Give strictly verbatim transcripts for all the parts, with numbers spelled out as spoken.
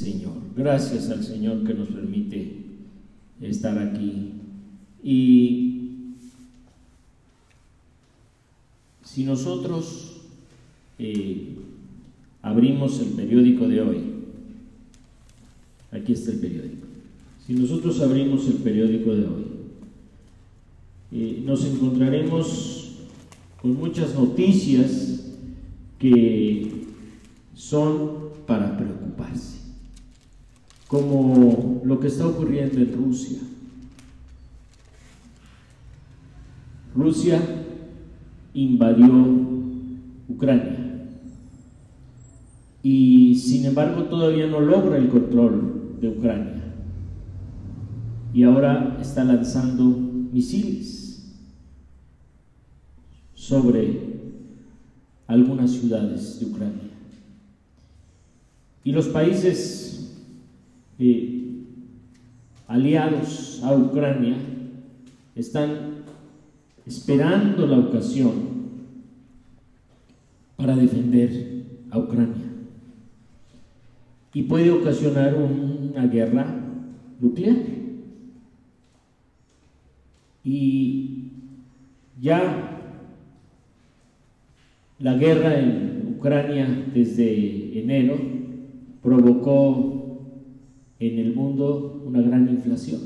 Señor. Gracias al Señor que nos permite estar aquí. Y si nosotros eh, abrimos el periódico de hoy, aquí está el periódico. Si nosotros abrimos el periódico de hoy, eh, nos encontraremos con muchas noticias que son para preocuparse, como lo que está ocurriendo en Rusia. Rusia invadió Ucrania y sin embargo todavía no logra el control de Ucrania y ahora está lanzando misiles sobre algunas ciudades de Ucrania. Y los países eh, aliados a Ucrania están esperando la ocasión para defender a Ucrania. Y puede ocasionar una guerra nuclear. Y ya la guerra en Ucrania desde enero provocó en el mundo una gran inflación.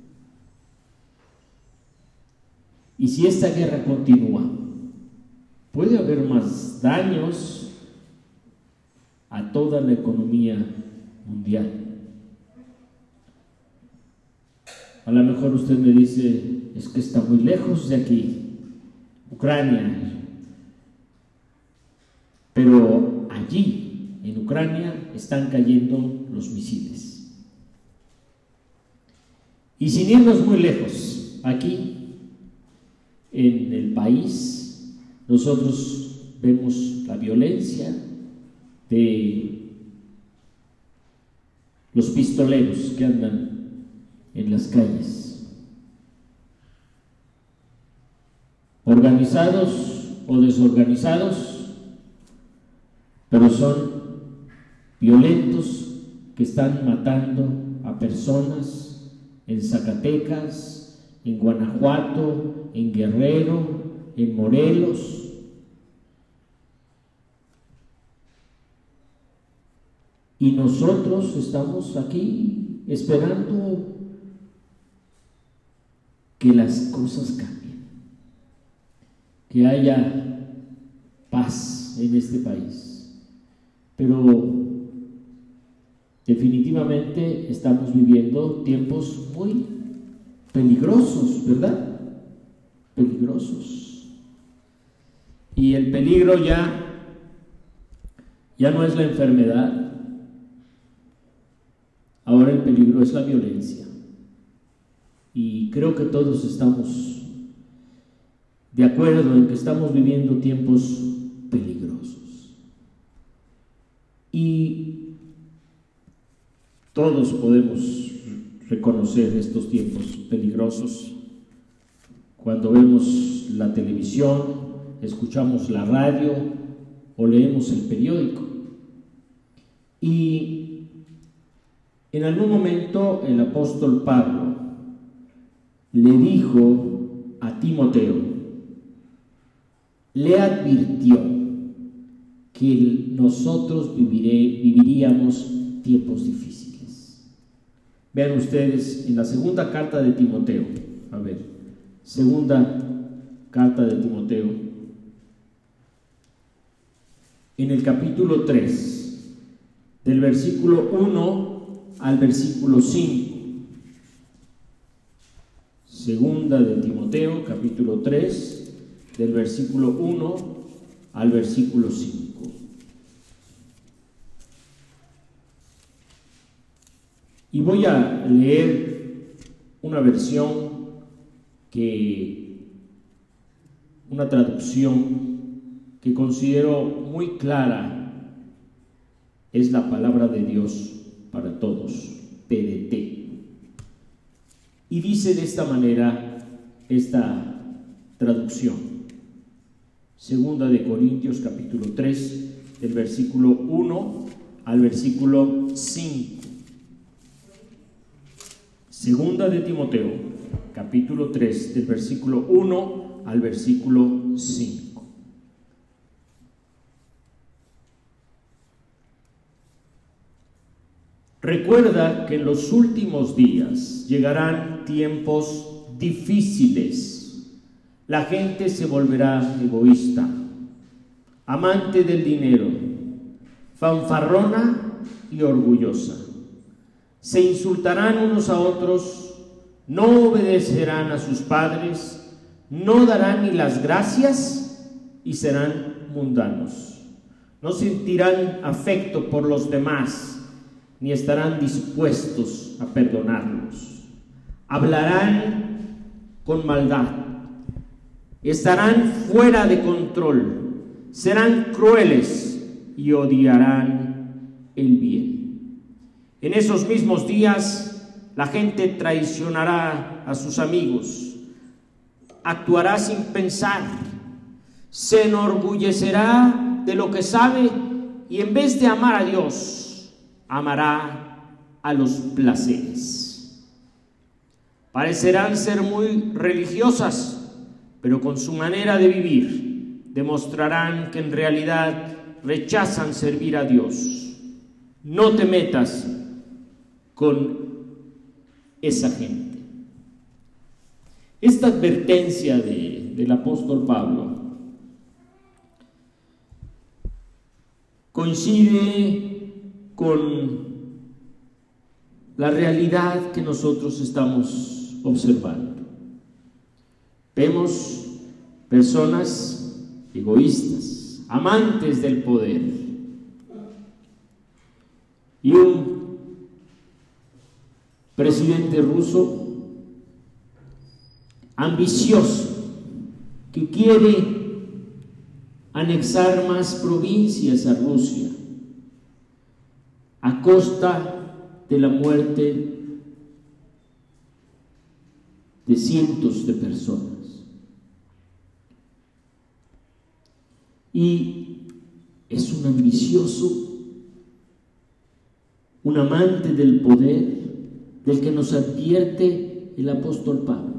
Y si esta guerra continúa, puede haber más daños a toda la economía mundial. A lo mejor usted me dice, es que está muy lejos de aquí, Ucrania. Pero allí, en Ucrania, están cayendo los misiles. Y sin irnos muy lejos, aquí, en el país, nosotros vemos la violencia de los pistoleros que andan en las calles, organizados o desorganizados, pero son violentos que están matando a personas en Zacatecas, en Guanajuato, en Guerrero, en Morelos. Y nosotros estamos aquí esperando que las cosas cambien, que haya paz en este país. Pero definitivamente estamos viviendo tiempos muy peligrosos, ¿verdad? Peligrosos. Y el peligro ya, ya no es la enfermedad, ahora el peligro es la violencia. Y creo que todos estamos de acuerdo en que estamos viviendo tiempos peligrosos. Y todos podemos reconocer estos tiempos peligrosos cuando vemos la televisión, escuchamos la radio o leemos el periódico. Y en algún momento el apóstol Pablo le dijo a Timoteo, le advirtió que nosotros viviré, viviríamos tiempos difíciles. Vean ustedes en la segunda carta de Timoteo, a ver, segunda carta de Timoteo, en el capítulo tres, del versículo uno al versículo cinco. Segunda de Timoteo, capítulo tres, del versículo uno al versículo cinco. Y voy a leer una versión que, una traducción que considero muy clara, es la palabra de Dios para todos, P D T. Y dice de esta manera esta traducción. Segunda de Corintios capítulo tres, del versículo uno al versículo cinco. Segunda de Timoteo, capítulo tres, del versículo uno al versículo cinco. Recuerda que en los últimos días llegarán tiempos difíciles. La gente se volverá egoísta, amante del dinero, fanfarrona y orgullosa. Se insultarán unos a otros, no obedecerán a sus padres, no darán ni las gracias y serán mundanos. No sentirán afecto por los demás, ni estarán dispuestos a perdonarlos. Hablarán con maldad, estarán fuera de control, serán crueles y odiarán el bien. En esos mismos días la gente traicionará a sus amigos, actuará sin pensar, se enorgullecerá de lo que sabe y en vez de amar a Dios, amará a los placeres. Parecerán ser muy religiosas, pero con su manera de vivir demostrarán que en realidad rechazan servir a Dios. No te metas con esa gente. Esta advertencia de, del apóstol Pablo coincide con la realidad que nosotros estamos observando. Vemos personas egoístas, amantes del poder, y un presidente ruso ambicioso que quiere anexar más provincias a Rusia a costa de la muerte de cientos de personas. Y es un ambicioso, un amante del poder, del que nos advierte el apóstol Pablo.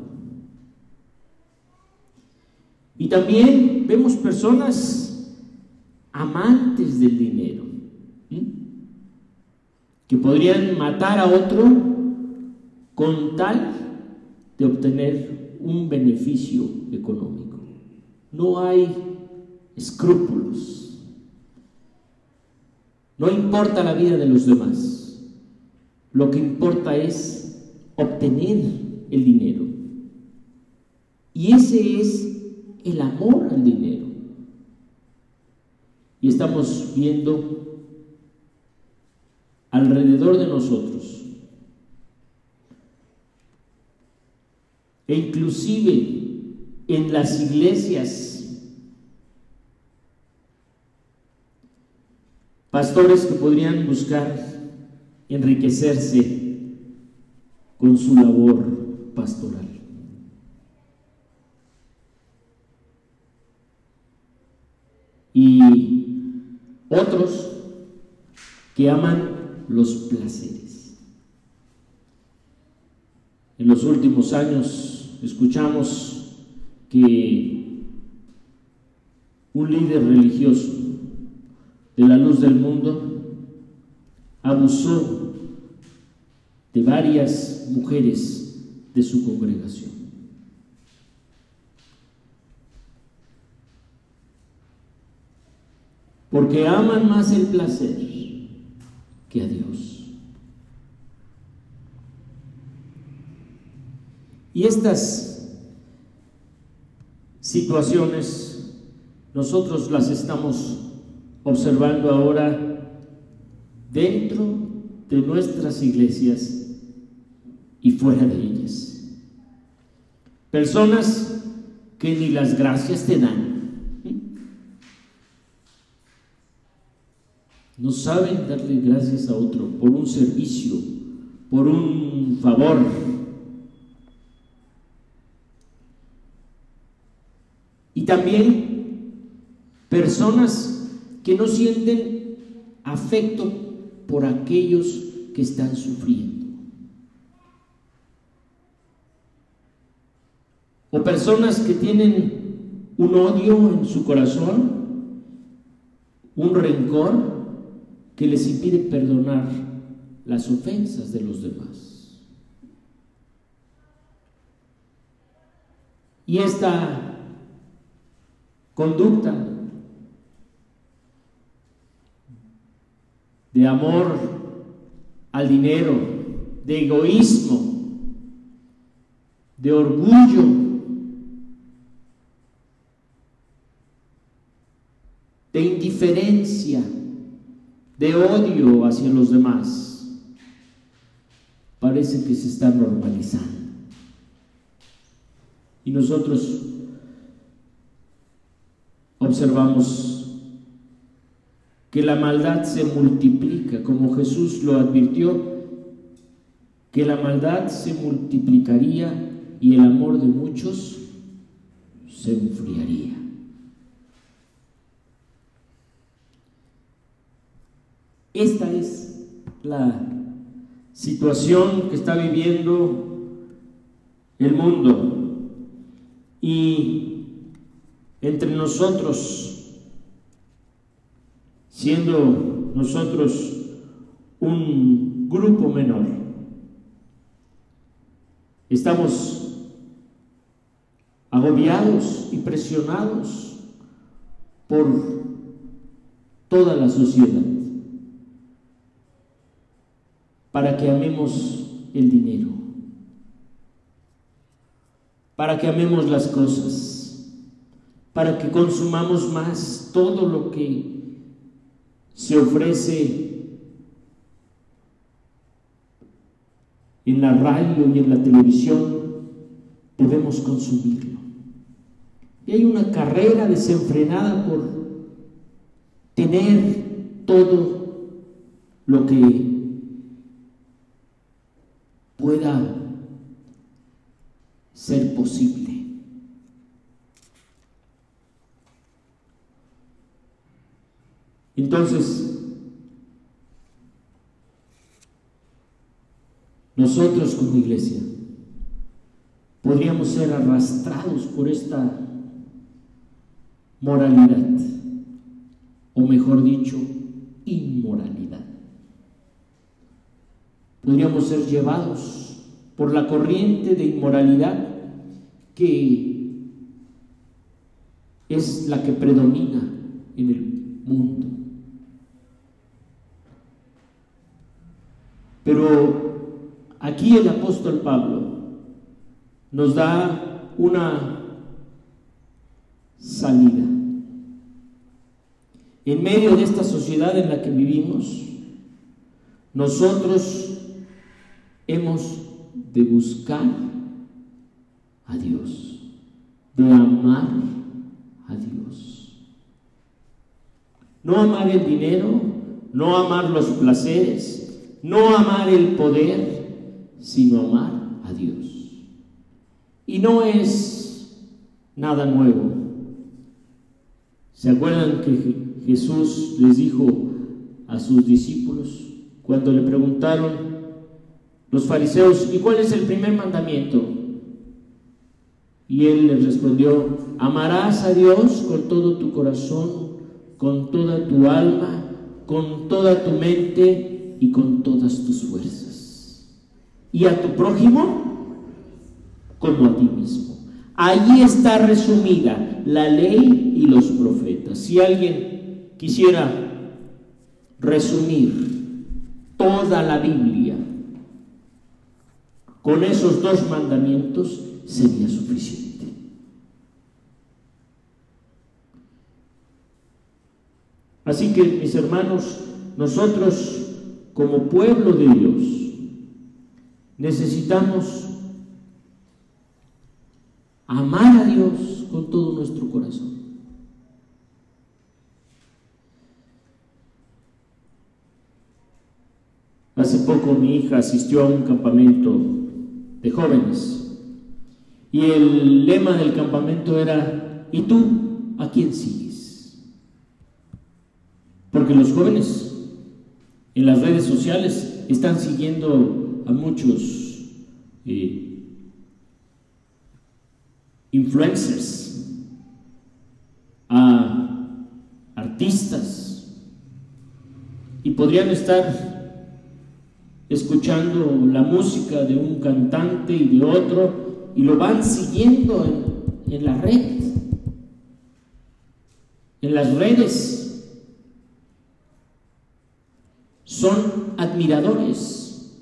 Y también vemos personas amantes del dinero, ¿sí?, que podrían matar a otro con tal de obtener un beneficio económico. No hay escrúpulos. No importa la vida de los demás. Lo que importa es obtener el dinero. Y ese es el amor al dinero. Y estamos viendo alrededor de nosotros, e inclusive en las iglesias, pastores que podrían buscar enriquecerse con su labor pastoral. Y otros que aman los placeres. En los últimos años escuchamos que un líder religioso de la luz del mundo abusó de varias mujeres de su congregación. Porque aman más el placer que a Dios. Y estas situaciones nosotros las estamos observando ahora dentro de nuestras iglesias y fuera de ellas. Personas que ni las gracias te dan. No saben darle gracias a otro por un servicio, por un favor. Y también personas que no sienten afecto por aquellos que están sufriendo. o personas que tienen un odio en su corazón, un rencor que les impide perdonar las ofensas de los demás. Y esta conducta de amor al dinero, de egoísmo, de orgullo, de indiferencia, de odio hacia los demás, parece que se está normalizando. Y nosotros observamos que la maldad se multiplica, como Jesús lo advirtió, que la maldad se multiplicaría y el amor de muchos se enfriaría. Esta es la situación que está viviendo el mundo, y entre nosotros, siendo nosotros un grupo menor, estamos agobiados y presionados por toda la sociedad para que amemos el dinero, para que amemos las cosas, para que consumamos más todo lo que se ofrece en la radio y en la televisión. Debemos consumirlo. Y hay una carrera desenfrenada por tener todo lo que pueda ser posible. Entonces, nosotros como iglesia podríamos ser arrastrados por esta moralidad, o mejor dicho, inmoralidad. Podríamos ser llevados por la corriente de inmoralidad que es la que predomina en el mundo. Pero aquí el apóstol Pablo nos da una salida. En medio de esta sociedad en la que vivimos, nosotros hemos de buscar a Dios, de amar a Dios. No amar el dinero, no amar los placeres, no amar el poder, sino amar a Dios. Y no es nada nuevo. ¿Se acuerdan que Jesús les dijo a sus discípulos cuando le preguntaron los fariseos: ¿y cuál es el primer mandamiento? Y él les respondió: amarás a Dios con todo tu corazón, con toda tu alma, con toda tu mente y con todas tus fuerzas, y a tu prójimo como a ti mismo. Allí está resumida la ley y los profetas. Si alguien quisiera resumir toda la Biblia con esos dos mandamientos, sería suficiente. Así que, mis hermanos, nosotros como pueblo de Dios necesitamos amar a Dios con todo nuestro corazón. Hace poco mi hija asistió a un campamento de jóvenes y el lema del campamento era: ¿y tú a quién sigues? Porque los jóvenes en las redes sociales están siguiendo a muchos eh, influencers, a artistas, y podrían estar escuchando la música de un cantante y de otro, y lo van siguiendo en, en la red, en las redes. Son admiradores.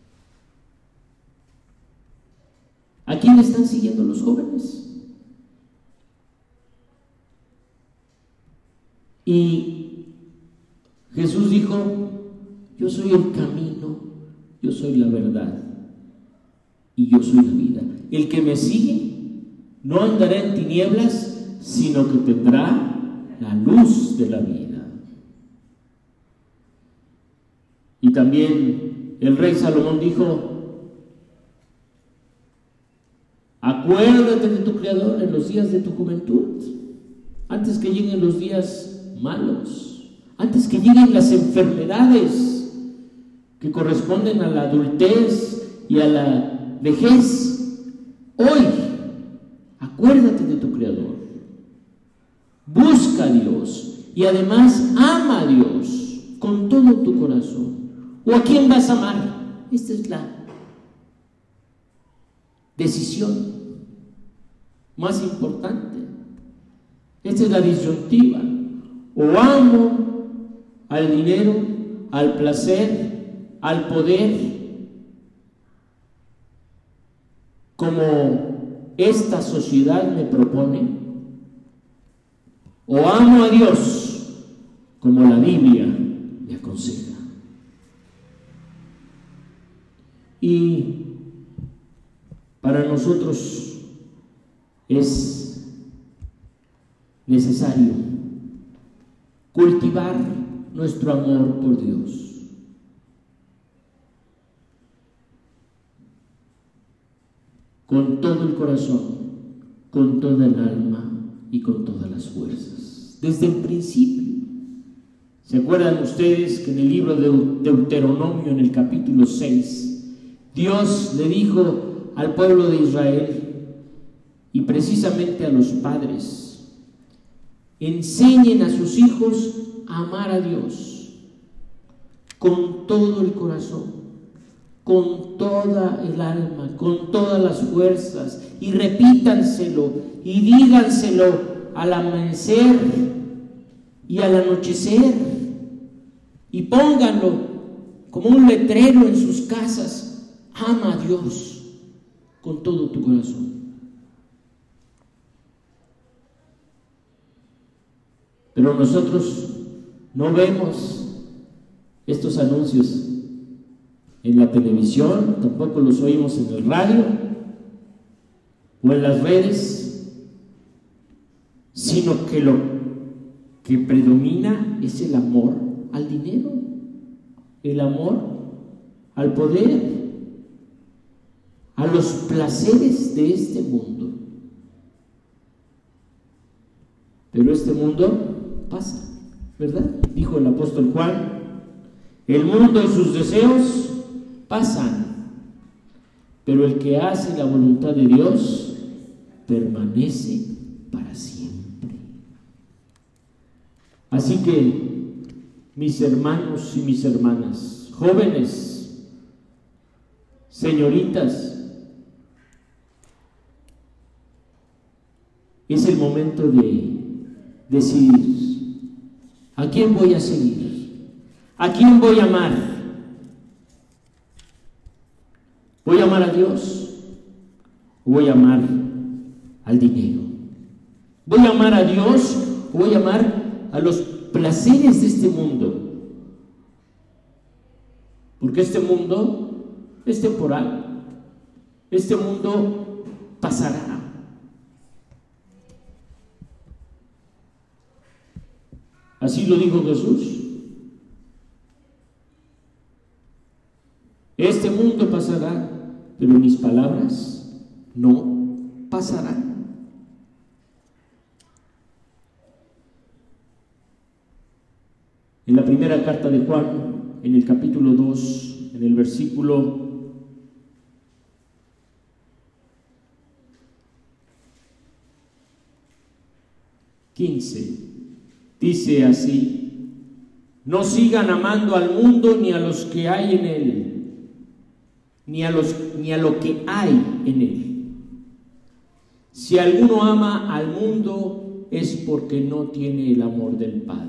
¿A quién están siguiendo los jóvenes? Y Jesús dijo: yo soy el camino, yo soy la verdad y yo soy la vida. El que me sigue no andará en tinieblas, sino que tendrá la luz de la vida. Y también el rey Salomón dijo: acuérdate de tu Creador en los días de tu juventud, antes que lleguen los días malos, antes que lleguen las enfermedades que corresponden a la adultez y a la vejez. Hoy, acuérdate de tu Creador, busca a Dios y además ama a Dios con todo tu corazón. ¿O a quién vas a amar? Esta es la decisión más importante. Esta es la disyuntiva. O amo al dinero, al placer, al poder, como esta sociedad me propone, o amo a Dios como la Biblia me aconseja. Y para nosotros es necesario cultivar nuestro amor por Dios. Con todo el corazón, con toda el alma y con todas las fuerzas. Desde el principio. ¿Se acuerdan ustedes que en el libro de Deuteronomio, en el capítulo seis, Dios le dijo al pueblo de Israel y precisamente a los padres: enseñen a sus hijos a amar a Dios con todo el corazón, con toda el alma, con todas las fuerzas, y repítanselo y díganselo al amanecer y al anochecer, y pónganlo como un letrero en sus casas: ama a Dios con todo tu corazón. Pero nosotros no vemos estos anuncios en la televisión, tampoco los oímos en el radio o en las redes, sino que lo que predomina es el amor al dinero, el amor al poder, a los placeres de este mundo. Pero este mundo pasa, ¿verdad? Dijo el apóstol Juan: el mundo y sus deseos pasan, pero el que hace la voluntad de Dios permanece para siempre. Así que, mis hermanos y mis hermanas, jóvenes, señoritas, es el momento de decidir a quién voy a seguir, a quién voy a amar. ¿Voy a amar a Dios o voy a amar al dinero? ¿Voy a amar a Dios o voy a amar a los placeres de este mundo? Porque este mundo es temporal, este mundo pasará. Así lo dijo Jesús. Este mundo pasará, pero mis palabras no pasarán. En la primera carta de Juan, en el capítulo dos, en el versículo quince. Dice así: no sigan amando al mundo ni a los que hay en él, ni a, los, ni a lo que hay en él. Si alguno ama al mundo es porque no tiene el amor del Padre.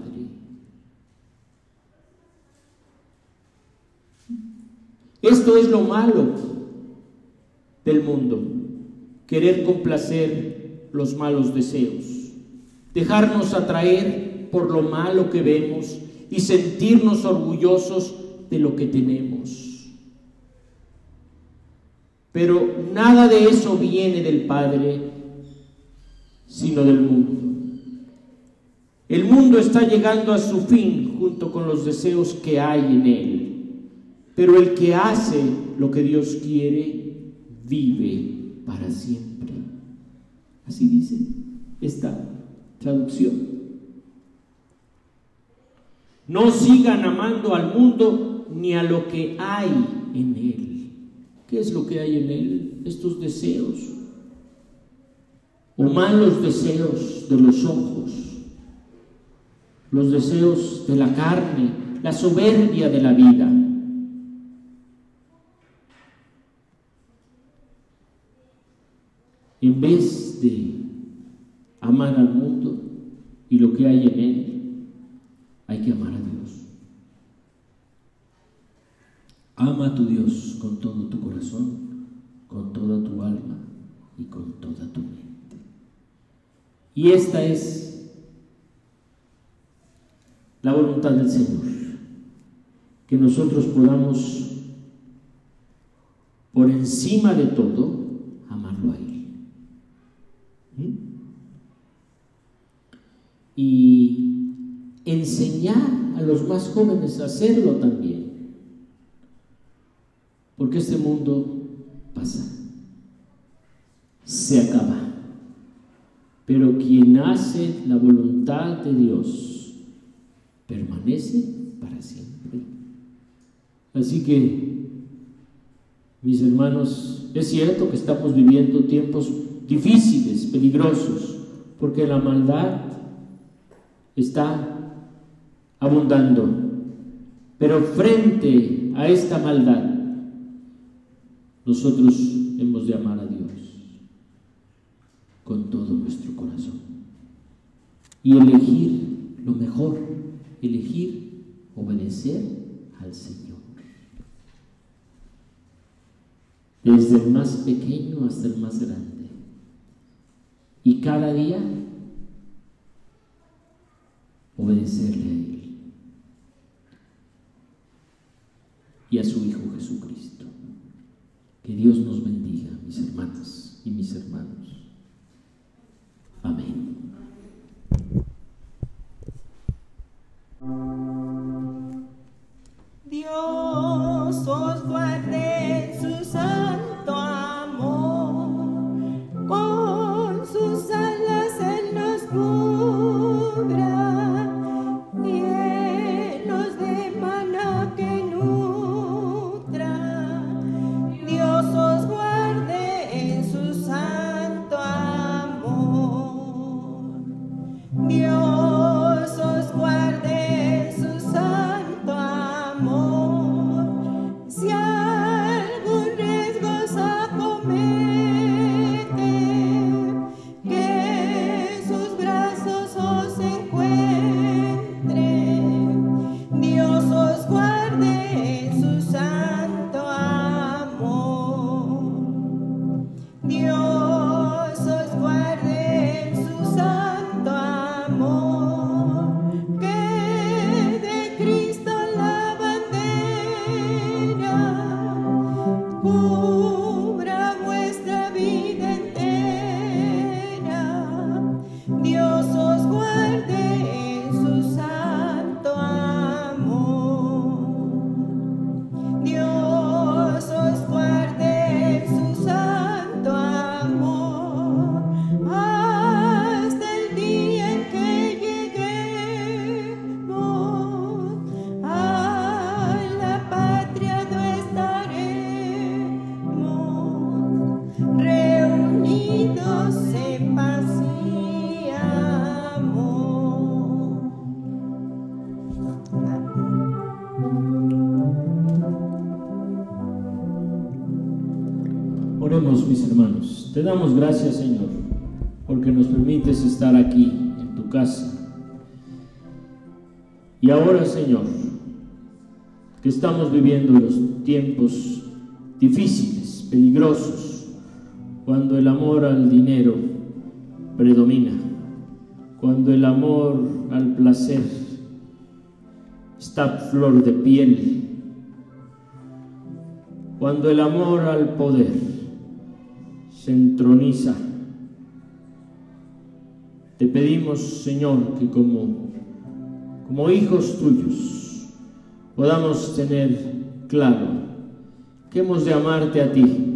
Esto es lo malo del mundo: querer complacer los malos deseos, dejarnos atraer por lo malo que vemos y sentirnos orgullosos de lo que tenemos. Pero nada de eso viene del Padre, sino del mundo. El mundo está llegando a su fin junto con los deseos que hay en él. Pero el que hace lo que Dios quiere vive para siempre. Así dice esta traducción. No sigan amando al mundo ni a lo que hay en él. ¿Qué es lo que hay en él? Estos deseos, o malos deseos de los ojos, los deseos de la carne, la soberbia de la vida. En vez de amar al mundo y lo que hay en él, hay que amar a Dios. Ama a tu Dios con todo tu corazón, con toda tu alma y con toda tu mente. Y esta es la voluntad del Señor, que nosotros podamos, por encima de todo, amarlo a Él. Y enseñar a los más jóvenes a hacerlo también, porque este mundo pasa, se acaba, pero quien hace la voluntad de Dios permanece para siempre. Así que, mis hermanos, es cierto que estamos viviendo tiempos difíciles, peligrosos, porque la maldad está abundando, pero frente a esta maldad nosotros hemos de amar a Dios con todo nuestro corazón y elegir lo mejor, elegir obedecer al Señor, desde el más pequeño hasta el más grande, y cada día obedecerle a Él y a su Hijo Jesucristo. Que Dios nos bendiga, mis hermanas y mis hermanos. Amén. Dios os guarde en su santo amor, con sus alas Él nos cubra, llenos de maná que nutra. Dios os guarde en su santo Oremos, mis hermanos. Te damos gracias, Señor, porque nos permites estar aquí en tu casa. Y ahora, Señor, que estamos viviendo los tiempos difíciles, peligrosos, cuando el amor al dinero predomina, cuando el amor al placer está a flor de piel, cuando el amor al poder se entroniza. Te pedimos, Señor, que como, como hijos tuyos podamos tener claro que hemos de amarte a ti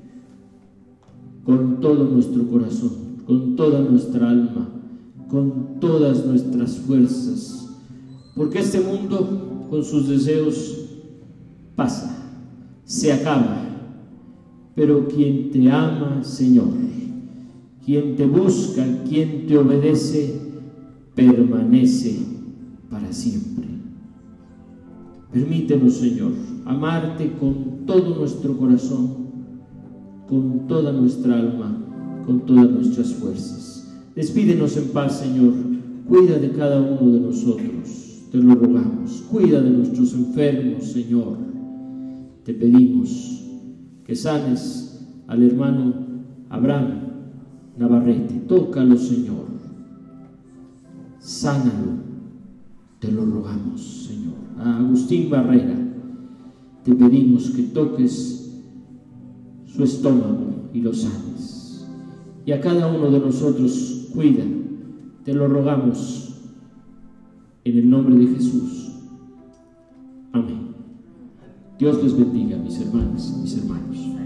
con todo nuestro corazón, con toda nuestra alma, con todas nuestras fuerzas, porque este mundo con sus deseos pasa, se acaba, pero quien te ama, Señor, quien te busca, quien te obedece, permanece para siempre. Permítenos, Señor, amarte con todo nuestro corazón, con toda nuestra alma, con todas nuestras fuerzas. Despídenos en paz, Señor. Cuida de cada uno de nosotros, te lo rogamos. Cuida de nuestros enfermos, Señor. Te pedimos que sanes al hermano Abraham Navarrete. Tócalo, Señor. Sánalo, te lo rogamos, Señor. A Agustín Barrera te pedimos que toques su estómago y lo sanes. Y a cada uno de nosotros cuida, te lo rogamos en el nombre de Jesús. Amén. Dios les bendiga, mis hermanas y mis hermanos.